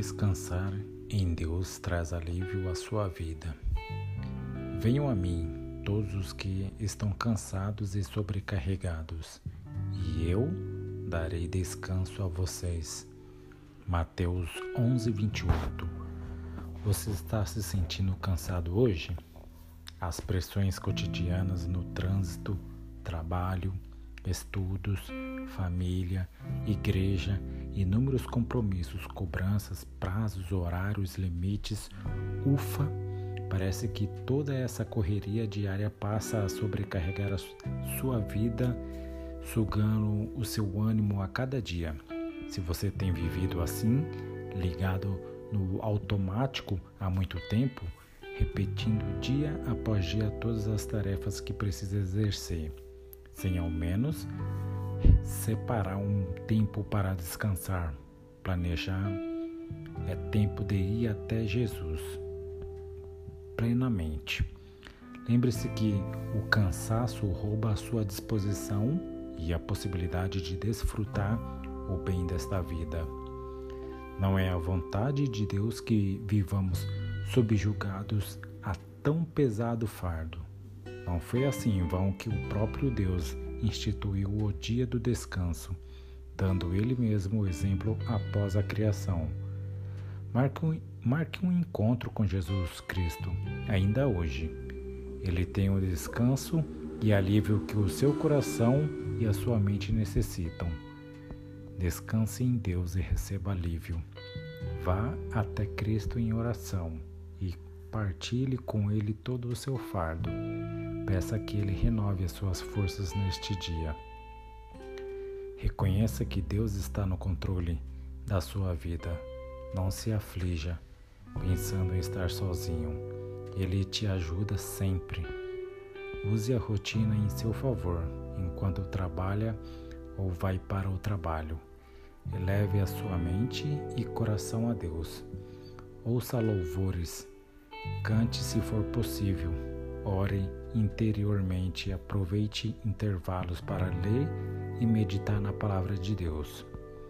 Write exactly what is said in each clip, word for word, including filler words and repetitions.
Descansar em Deus traz alívio à sua vida. Venham a mim, todos os que estão cansados e sobrecarregados, e eu darei descanso a vocês. Mateus onze, vinte e oito. Você está se sentindo cansado hoje? As pressões cotidianas no trânsito, trabalho, estudos, família, igreja, inúmeros compromissos, cobranças, prazos, horários, limites. Ufa! Parece que toda essa correria diária passa a sobrecarregar a sua vida, sugando o seu ânimo a cada dia. Se você tem vivido assim, ligado no automático há muito tempo, repetindo dia após dia todas as tarefas que precisa exercer, sem ao menos separar um tempo para descansar, planejar, é tempo de ir até Jesus plenamente. Lembre-se que o cansaço rouba a sua disposição e a possibilidade de desfrutar o bem desta vida. Não é a vontade de Deus que vivamos subjugados a tão pesado fardo. Não foi assim em vão que o próprio Deus instituiu o dia do descanso, dando Ele mesmo o exemplo após a criação. Marque um, marque um encontro com Jesus Cristo, ainda hoje. Ele tem o descanso e alívio que o seu coração e a sua mente necessitam. Descanse em Deus e receba alívio. Vá até Cristo em oração e partilhe com Ele todo o seu fardo. Peça que Ele renove as suas forças neste dia. Reconheça que Deus está no controle da sua vida. Não se aflija, pensando em estar sozinho. Ele te ajuda sempre. Use a rotina em seu favor, enquanto trabalha ou vai para o trabalho. Eleve a sua mente e coração a Deus. Ouça louvores. Cante se for possível. Ore interiormente e aproveite intervalos para ler e meditar na palavra de Deus.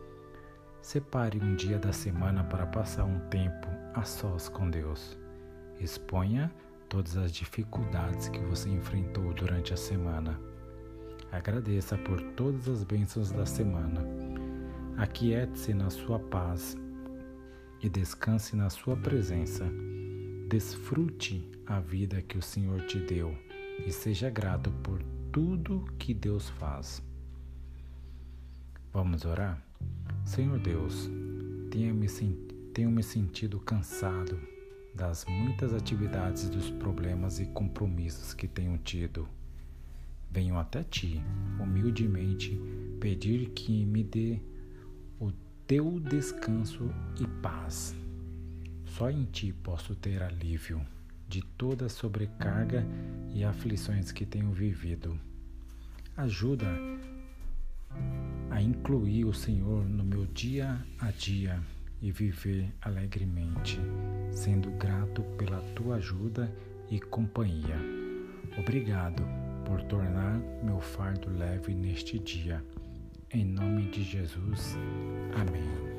Separe um dia da semana para passar um tempo a sós com Deus. Exponha todas as dificuldades que você enfrentou durante a semana. Agradeça por todas as bênçãos da semana. Aquiete-se na sua paz e descanse na sua presença. Desfrute a vida que o Senhor te deu e seja grato por tudo que Deus faz. Vamos orar? Senhor Deus, tenho me, tenho me sentido cansado das muitas atividades, dos problemas e compromissos que tenho tido. Venho até Ti, humildemente, pedir que me dê o Teu descanso e paz. Só em Ti posso ter alívio de toda a sobrecarga e aflições que tenho vivido. Ajuda a incluir o Senhor no meu dia a dia e viver alegremente, sendo grato pela Tua ajuda e companhia. Obrigado por tornar meu fardo leve neste dia. Em nome de Jesus. Amém.